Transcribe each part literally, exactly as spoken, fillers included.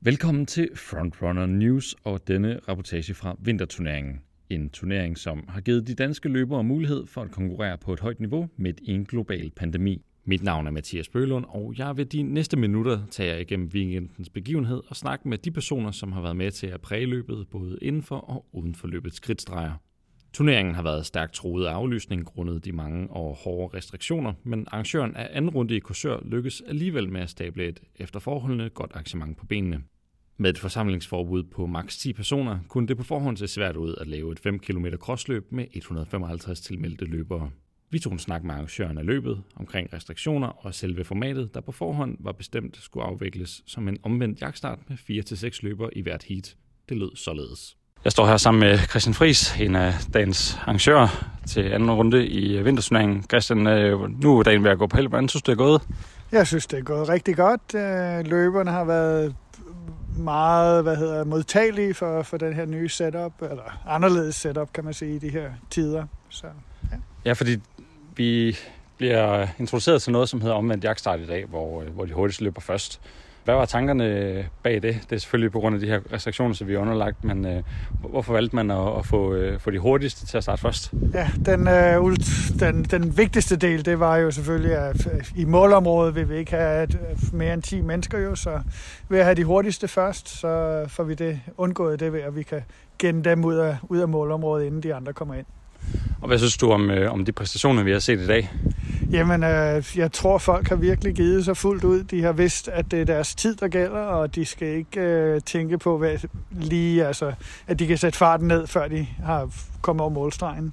Velkommen til Frontrunner News og denne rapportage fra vinterturneringen. En turnering, som har givet de danske løbere mulighed for at konkurrere på et højt niveau midt i en global pandemi. Mit navn er Mathias Bøhlund, og jeg vil de næste minutter tage jer igennem weekendens begivenhed og snakke med de personer, som har været med til at præge løbet både inden for og uden for løbets kridtstreger. Turneringen har været stærkt truet af aflysning grundet de mange og hårde restriktioner, men arrangøren af anden runde i Korsør lykkes alligevel med at stable et efter forholdene godt arrangement på benene. Med et forsamlingsforbud på maks ti personer kunne det på forhånd se svært ud at lave et fem kilometer crossløb med et hundrede og femoghalvtreds tilmeldte løbere. Vi tog en snak med arrangøren af løbet omkring restriktioner og selve formatet, der på forhånd var bestemt skulle afvikles som en omvendt jagtstart med fire til seks løbere i hvert heat. Det lød således. Jeg står her sammen med Christian Friis, en af dagens arrangører til anden runde i vinterturneringen. Christian, nu er dagen ved at gå på held. Hvordan synes du, det er gået? Jeg synes, det er gået rigtig godt. Løberne har været meget hvad hedder, modtagelige for, for den her nye setup, eller anderledes setup, kan man sige, i de her tider. Så, ja. ja, fordi vi bliver introduceret til noget, som hedder omvendt jagtstart i dag, hvor, hvor de hurtigst løber først. Hvad var tankerne bag det? Det er selvfølgelig på grund af de her restriktioner, som vi har underlagt, men øh, hvorfor valgte man at, at få, øh, få de hurtigste til at starte først? Ja, den, øh, den, den vigtigste del, det var jo selvfølgelig, at i målområdet vil vi ikke have mere end ti mennesker jo, så ved at have de hurtigste først, så får vi det undgået det ved, at vi kan gemme dem ud af, ud af målområdet, inden de andre kommer ind. Og hvad synes du om, øh, om de præstationer, vi har set i dag? Jamen, øh, jeg tror, folk har virkelig givet sig fuldt ud. De har vidst, at det er deres tid, der gælder, og de skal ikke øh, tænke på, hvad, lige, altså, at de kan sætte farten ned, før de har kommet over målstregen.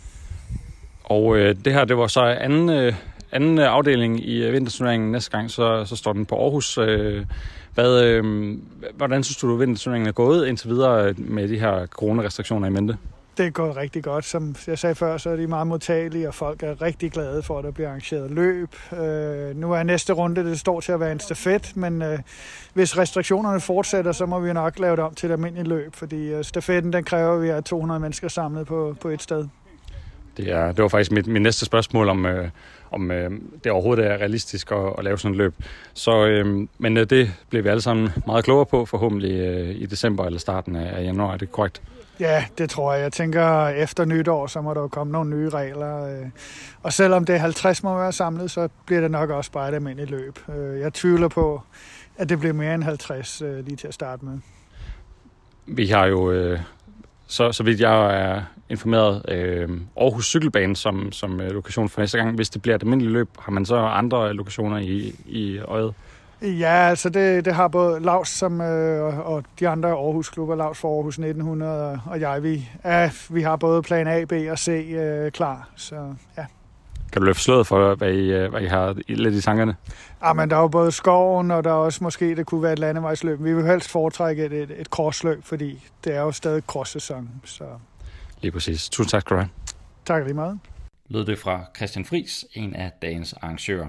Og øh, det her, det var så anden, øh, anden afdeling i øh, vinterturneringen. Næste gang, så, så står den på Aarhus. Øh, hvad, øh, hvordan synes du, at vinterturneringen er gået indtil videre med de her coronarestriktioner i mente? Det er gået rigtig godt. Som jeg sagde før, så er de meget modtagelige, og folk er rigtig glade for, at der bliver arrangeret løb. Øh, nu er næste runde, det står til at være en stafet, men øh, hvis restriktionerne fortsætter, så må vi nok lave det om til et almindeligt løb, fordi øh, stafetten, den kræver, at vi er to hundrede mennesker samlet på, på et sted. Det, er, det var faktisk mit, mit næste spørgsmål, om, øh, om øh, det overhovedet er realistisk at, at lave sådan et løb. Så, øh, men øh, det bliver vi alle sammen meget klogere på, forhåbentlig øh, i december eller starten af, af januar. Er det korrekt? Ja, det tror jeg. Jeg tænker, efter nytår, så må der jo komme nogle nye regler. Og selvom det er halvtreds må være samlet, så bliver det nok også bare et almindeligt løb. Jeg tvivler på, at det bliver mere end halvtreds lige til at starte med. Vi har jo, så, så vidt jeg er informeret, Aarhus Cykelbane som, som lokation for næste gang. Hvis det bliver et almindeligt løb, har man så andre lokationer i, i øjet? Ja, altså det, det har både Laus som, øh, og de andre Aarhus-klubber, Laus for Aarhus nitten hundrede og jeg, vi, ja, vi har både plan A, B og C øh, klar, så ja. Kan du løfte slået for, hvad I, hvad I har lidt i tankerne? Ja, men der er jo både skoven, og der er også måske, det kunne være et landevejsløb. Vi vil helst foretrække et, et, et crossløb, fordi det er jo stadig cross-sæson. Så. Lige præcis. Tusind tak skal du have. Tak lige meget. Lød det fra Christian Friis, en af dagens arrangører.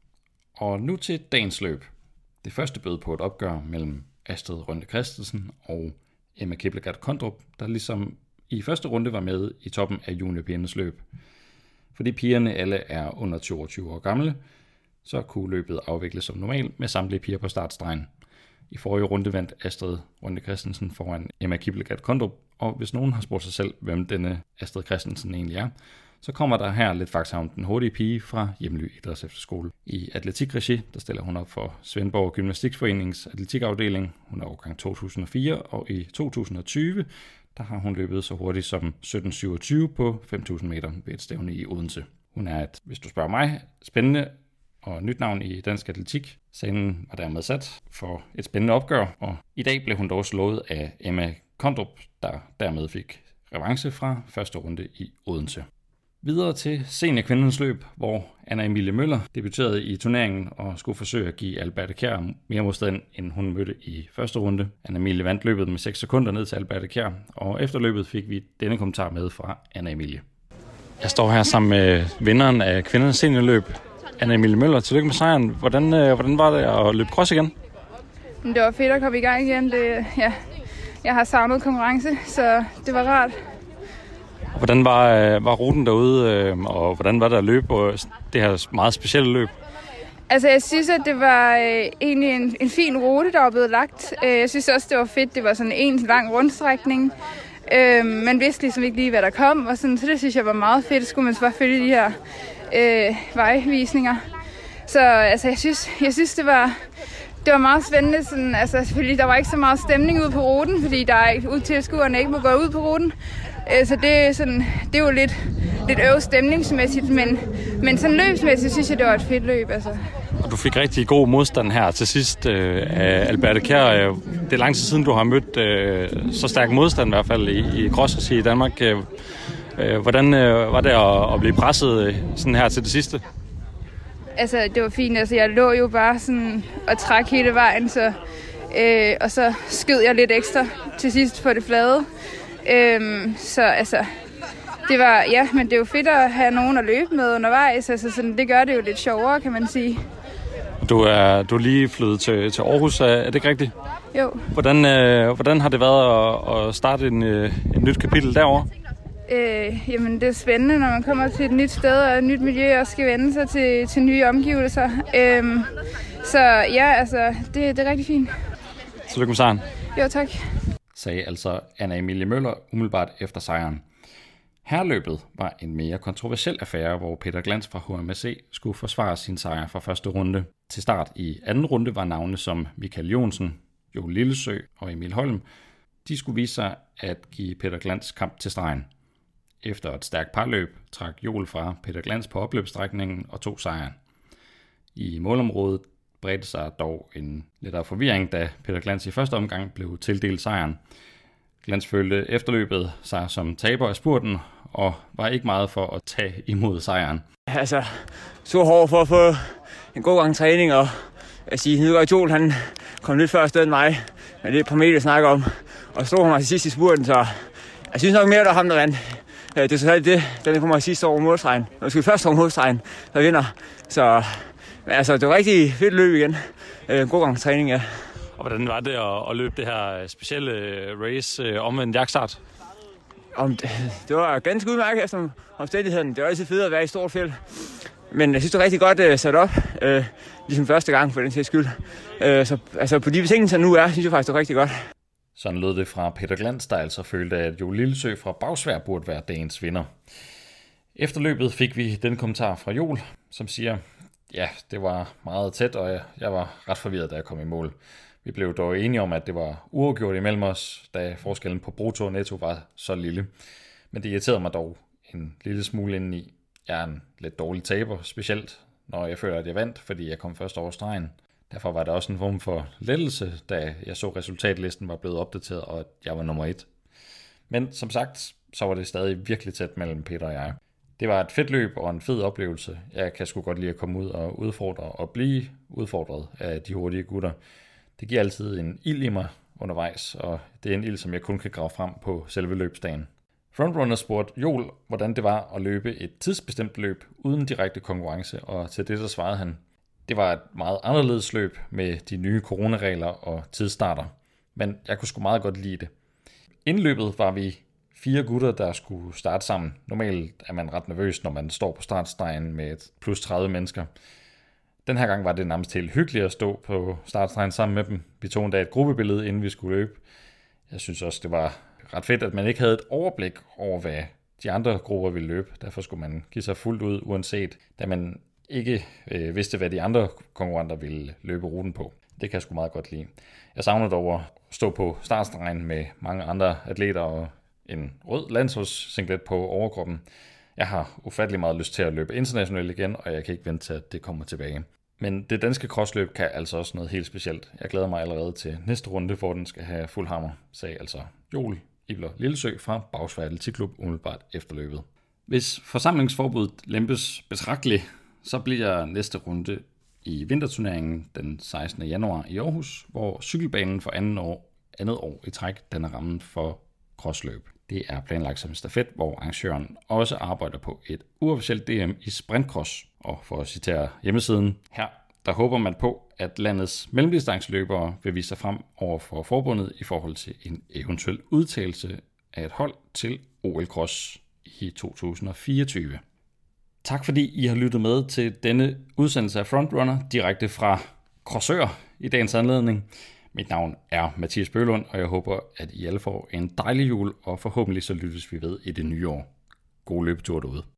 Og nu til dagens løb. Det første bød på et opgør mellem Astrid Rønde Christensen og Emma Kiblegard Kondrup, der ligesom i første runde var med i toppen af juniorpigernes løb. Fordi pigerne alle er under toogtyve år gamle, så kunne løbet afvikles som normalt med samtlige piger på startstregen. I forrige runde vandt Astrid Rønde Christensen foran Emma Kiblegard Kondrup, og hvis nogen har spurgt sig selv, hvem denne Astrid Christensen egentlig er, så kommer der her lidt fakta om den hurtige pige fra Hjemly Idrætsefterskole. I atletikregi, der stiller hun op for Svendborg Gymnastikforenings atletikafdeling. Hun er årgang to tusind og fire, og i to tusind og tyve, der har hun løbet så hurtigt som sytten syvogtyve på fem tusind meter ved et stævne i Odense. Hun er et, hvis du spørger mig, spændende og nyt navn i dansk atletik. Scenen var dermed sat for et spændende opgør, og i dag blev hun dog slået af Emma Kondrup, der dermed fik revanche fra første runde i Odense. Videre til seniorkvindernes løb, hvor Anna Emilie Møller debuterede i turneringen og skulle forsøge at give Alberte Kjær mere modstand, end hun mødte i første runde. Anna Emilie vandt løbet med seks sekunder ned til Alberte Kjær, og efter løbet fik vi denne kommentar med fra Anna Emilie. Jeg står her sammen med vinderen af kvindernes seniorløb, Anna Emilie Møller. Tillykke med sejren. Hvordan, hvordan var det at løbe cross igen? Det var fedt at komme i gang igen. Det, ja, jeg har savnet konkurrence, så det var rart. Hvordan var, var ruten derude, og hvordan var det at løbe på det her meget specielle løb? Altså, jeg synes, at det var øh, egentlig en, en fin rute, der var blevet lagt. Øh, jeg synes også, det var fedt. Det var sådan en lang rundstrækning. Øh, man vidste ligesom ikke lige, hvad der kom, og sådan, så det synes jeg var meget fedt. Så skulle man så bare følge de her øh, vejvisninger. Så altså, jeg synes, jeg synes det var... Det var meget spændende, sådan, altså selvfølgelig der var ikke så meget stemning ude på ruten, fordi der er ikke ud til tilskuerne ikke må gå ud på ruten. Så det er sådan, det er jo lidt lidt øv stemningsmæssigt, men men sådan løbsmæssigt synes jeg det var et fedt løb, altså. Og du fik rigtig god modstand her til sidst øh, af Alberte Kjær. Det er lang tid siden du har mødt øh, så stærk modstand i hvert fald i, i cross i Danmark. Øh, hvordan øh, var det at, at blive presset sådan her til det sidste? Altså, det var fint. Altså, jeg lå jo bare sådan og trak hele vejen, så, øh, og så skød jeg lidt ekstra til sidst på det flade. Øh, så altså, det var, ja, men det er jo fedt at have nogen at løbe med undervejs. Altså, sådan, det gør det jo lidt sjovere, kan man sige. Du er, du er lige flyttet til, til Aarhus, er det ikke rigtigt? Jo. Hvordan, øh, hvordan har det været at, at starte en, øh, et nyt kapitel derovre? Øh, jamen, det er spændende, når man kommer til et nyt sted og et nyt miljø og skal vende sig til, til nye omgivelser. Øh, så ja, altså, det, det er rigtig fint. Tillykke med sejren. Jo, tak. Sagde altså Anna Emilie Møller umiddelbart efter sejren. Herløbet var en mere kontroversiel affære, hvor Peter Glantz fra H M S C skulle forsvare sin sejr fra første runde. Til start i anden runde var navne som Michael Jonsen, Joel Lillesø og Emil Holm. De skulle vise sig at give Peter Glantz kamp til stregen. Efter et stærkt parløb trak Joel fra Peter Glantz på opløbsstrækningen og tog sejren. I målområdet bredte sig dog en lettere forvirring, da Peter Glantz i første omgang blev tildelt sejren. Glantz følte efterløbet sig som taber af spurten og var ikke meget for at tage imod sejren. Altså, så hård for at få en god gang træning, og jeg siger, nu er Joel, han kom lidt før afsted end mig, men det er et par meter at snakke om, og så han mig til sidst i spurten, så jeg synes nok mere, der er ham, der vandt. Det er så det, den kommer sidste år over målstregen. Når vi først over målstregen, der vinder. Så altså, det var rigtig fedt løb igen. En god gang træning, ja. Og hvordan var det at, at løbe det her specielle race omvendt jagtstart? Om det, det var ganske udmærket efter omstændigheden. Det var altid fedt at være i stort felt. Men jeg synes, det er rigtig godt uh, sat op. Uh, ligesom første gang for den sags skyld. Uh, så altså, på de betingelser nu er, synes jeg faktisk, det er rigtig godt. Sådan lød det fra Peter Glantz, der altså følte, at Joel Lillesø fra Bagsværd burde være dagens vinder. Efter løbet fik vi den kommentar fra Joel, som siger, ja, det var meget tæt, og jeg, jeg var ret forvirret, da jeg kom i mål. Vi blev dog enige om, at det var uafgjort imellem os, da forskellen på brutto og netto var så lille. Men det irriterede mig dog en lille smule indeni. Jeg er en lidt dårlig taber, specielt når jeg føler, at jeg vandt, fordi jeg kom først over stregen. Derfor var det også en form for lettelse, da jeg så resultatlisten var blevet opdateret, og jeg var nummer et. Men som sagt, så var det stadig virkelig tæt mellem Peter og jeg. Det var et fedt løb og en fed oplevelse. Jeg kan sgu godt lide at komme ud og udfordre og blive udfordret af de hurtige gutter. Det giver altid en ild i mig undervejs, og det er en ild, som jeg kun kan grave frem på selve løbsdagen. Frontrunner spurgte Joel, hvordan det var at løbe et tidsbestemt løb uden direkte konkurrence, og til det der svarede han, det var et meget anderledes løb med de nye coronaregler og tidsstarter, men jeg kunne sgu meget godt lide det. Inden løbet var vi fire gutter, der skulle starte sammen. Normalt er man ret nervøs, når man står på startstregen med plus tredive mennesker. Den her gang var det nærmest helt hyggeligt at stå på startstregen sammen med dem. Vi tog endda et gruppebillede, inden vi skulle løbe. Jeg synes også, det var ret fedt, at man ikke havde et overblik over, hvad de andre grupper ville løbe. Derfor skulle man give sig fuldt ud, uanset, da man ikke øh, vidste, hvad de andre konkurrenter ville løbe ruten på. Det kan jeg sgu meget godt lide. Jeg savner dog at stå på startstregen med mange andre atleter og en rød landsholdssinglet på overkroppen. Jeg har ufattelig meget lyst til at løbe internationalt igen, og jeg kan ikke vente til, at det kommer tilbage. Men det danske crossløb kan altså også noget helt specielt. Jeg glæder mig allerede til næste runde, hvor den skal have fuld hammer, sagde altså Joel Ibler Lillesø fra Bagsværd Atletikklub umiddelbart efter løbet. Hvis forsamlingsforbuddet lempes betragteligt, så bliver næste runde i vinterturneringen den sekstende januar i Aarhus, hvor cykelbanen for andet år, andet år i træk den er rammen for crossløb. Det er planlagt som en stafet, hvor arrangøren også arbejder på et uofficielt D M i sprintcross. Og for at citere hjemmesiden her, der håber man på, at landets mellemdistanceløbere vil vise sig frem over for forbundet i forhold til en eventuel udtagelse af et hold til O L Cross i to tusind fireogtyve. Tak fordi I har lyttet med til denne udsendelse af Frontrunner direkte fra Korsør i dagens anledning. Mit navn er Mathias Bølund, og jeg håber, at I alle får en dejlig jul, og forhåbentlig så lyttes vi ved i det nye år. God løbetur derude.